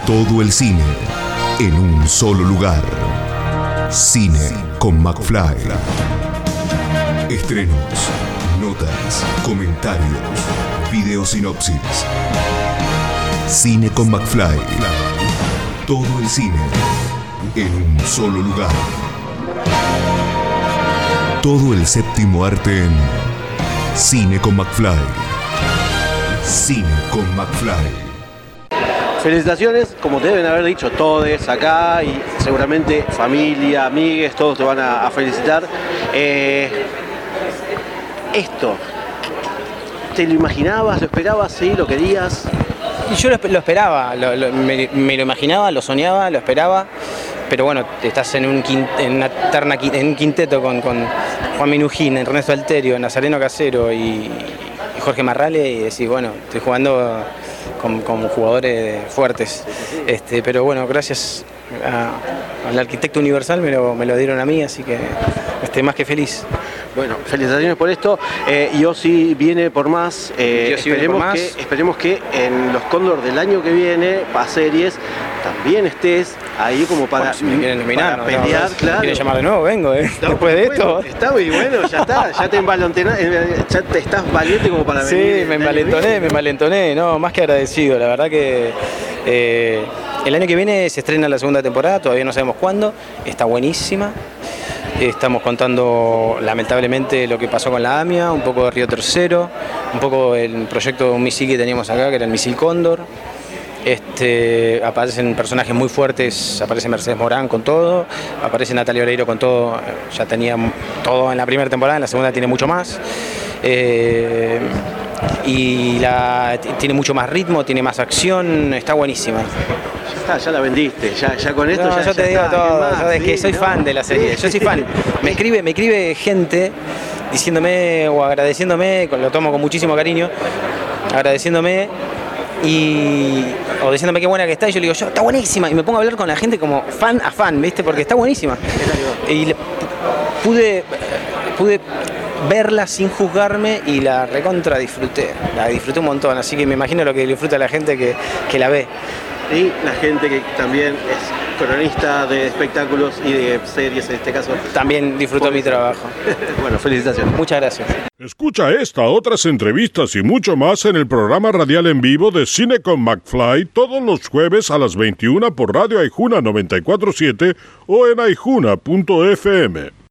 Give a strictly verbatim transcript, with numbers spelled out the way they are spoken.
Todo el cine en un solo lugar. Cine con McFly. Estrenos, notas, comentarios, videosinopsis. Cine con McFly. Todo el cine en un solo lugar. Todo el séptimo arte en Cine con McFly. Cine con McFly. Felicitaciones, como te deben haber dicho todos acá y seguramente familia, amigues, todos te van a, a felicitar. Eh, esto, ¿te lo imaginabas, lo esperabas, sí, lo querías? Y yo lo, lo esperaba, lo, lo, me, me lo imaginaba, lo soñaba, lo esperaba, pero bueno, estás en un, quint, en una terna, en un quinteto con, con Juan Minujín, Ernesto Alterio, Nazareno Casero y, y Jorge Marrale y decís, bueno, estoy jugando con, con jugadores fuertes, este, pero bueno, gracias a, al arquitecto universal me lo, me lo dieron a mí, así que estoy más que feliz. Bueno, felicitaciones por esto. Eh, Yossi viene por más. Eh, Yossi esperemos, viene por más. Que, esperemos que en los Cóndor del año que viene, para series, también estés ahí como para, bueno, si me quieren nominar, para no, pelear, no, no, claro. Si quieren llamar de nuevo, vengo, eh. No, después de bueno, esto. Está muy bueno, ya está, ya te envalentonás, ya te estás valiente como para sí, venir. Sí, me envalentoné, me envalentoné, no, más que agradecido, la verdad que eh, el año que viene se estrena la segunda temporada, todavía no sabemos cuándo, está buenísima. Estamos contando lamentablemente lo que pasó con la AMIA, un poco de Río Tercero, un poco el proyecto de un misil que teníamos acá, que era el misil Cóndor. Este, aparecen personajes muy fuertes, aparece Mercedes Morán con todo, aparece Natalia Oreiro con todo, ya tenía todo en la primera temporada, en la segunda tiene mucho más. Eh, y la, tiene mucho más ritmo, tiene más acción, está buenísima. Ya, ya la vendiste, ya, ya con esto no, ya, yo te ya digo está. todo, yo es sí, que soy no, fan de la serie, sí. yo soy fan. Me escribe, me escribe gente diciéndome o agradeciéndome, lo tomo con muchísimo cariño, agradeciéndome y o diciéndome qué buena que está y yo le digo, yo, está buenísima, y me pongo a hablar con la gente como fan a fan, ¿viste? Porque está buenísima. Y le, pude, pude verla sin juzgarme y la recontra disfruté, la disfruté un montón, así que me imagino lo que disfruta la gente que, que la ve. Y la gente que también es cronista de espectáculos y de series en este caso. También disfrutó mi trabajo. Bueno, felicitaciones. Muchas gracias. Escucha esta, otras entrevistas y mucho más en el programa radial en vivo de Cine con McFly todos los jueves a las veintiuna por Radio Aijuna noventa y cuatro punto siete o en aijuna punto f m.